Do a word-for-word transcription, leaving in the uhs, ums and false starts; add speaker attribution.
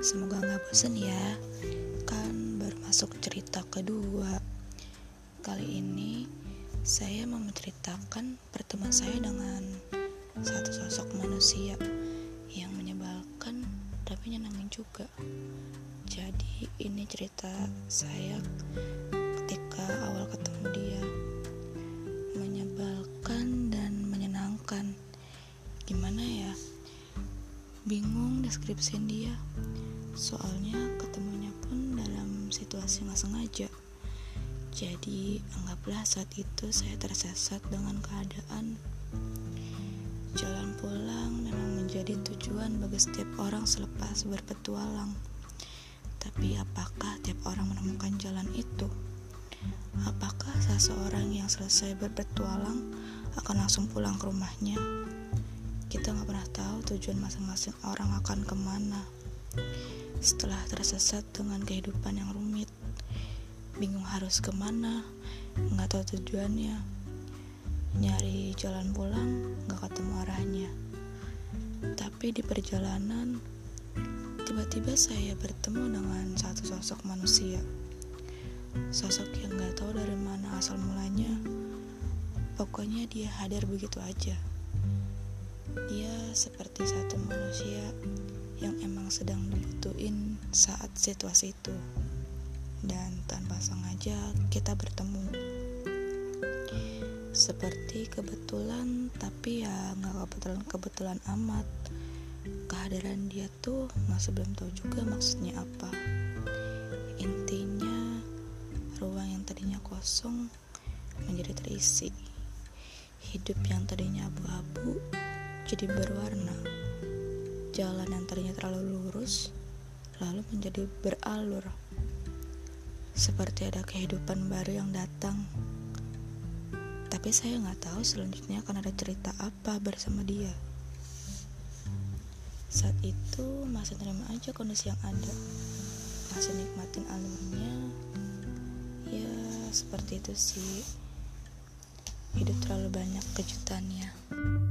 Speaker 1: Semoga gak bosen ya. Kan baru masuk cerita kedua. Kali ini saya mau menceritakan pertemuan saya dengan satu sosok manusia yang menyebalkan tapi nyenangin juga. Jadi ini cerita saya ketika awal ketemu dia. Menyebalkan dan menyenangkan. Gimana ya? Bingung deskripsiin dia. Soalnya ketemunya pun dalam situasi gak sengaja. Jadi anggaplah saat itu saya tersesat dengan keadaan. Jalan pulang memang menjadi tujuan bagi setiap orang selepas berpetualang. Tapi apakah tiap orang menemukan jalan itu? Apakah seseorang yang selesai berpetualang akan langsung pulang ke rumahnya? Kita gak pernah tahu tujuan masing-masing orang akan kemana. Setelah tersesat dengan kehidupan yang rumit, bingung harus kemana, gak tahu tujuannya, nyari jalan pulang, gak ketemu arahnya. Tapi di perjalanan, tiba-tiba saya bertemu dengan satu sosok manusia. Sosok yang gak tahu dari mana asal mulanya. Pokoknya dia hadir begitu aja. Dia seperti satu manusia yang emang sedang dibutuhin saat situasi itu. Dan tanpa sengaja kita bertemu. Seperti kebetulan, tapi ya gak kebetulan-kebetulan amat. Kehadiran dia tuh masih belum tahu juga maksudnya apa. Intinya, ruang yang tadinya kosong menjadi terisi. Hidup yang tadinya abu-abu jadi berwarna. Jalan yang tadinya terlalu lurus lalu menjadi beralur. Seperti ada kehidupan baru yang datang. Tapi saya gak tahu selanjutnya akan ada cerita apa bersama dia. Saat itu masih terima aja kondisi yang ada, masih nikmatin alurnya. Ya seperti itu sih. Hidup terlalu banyak kejutannya.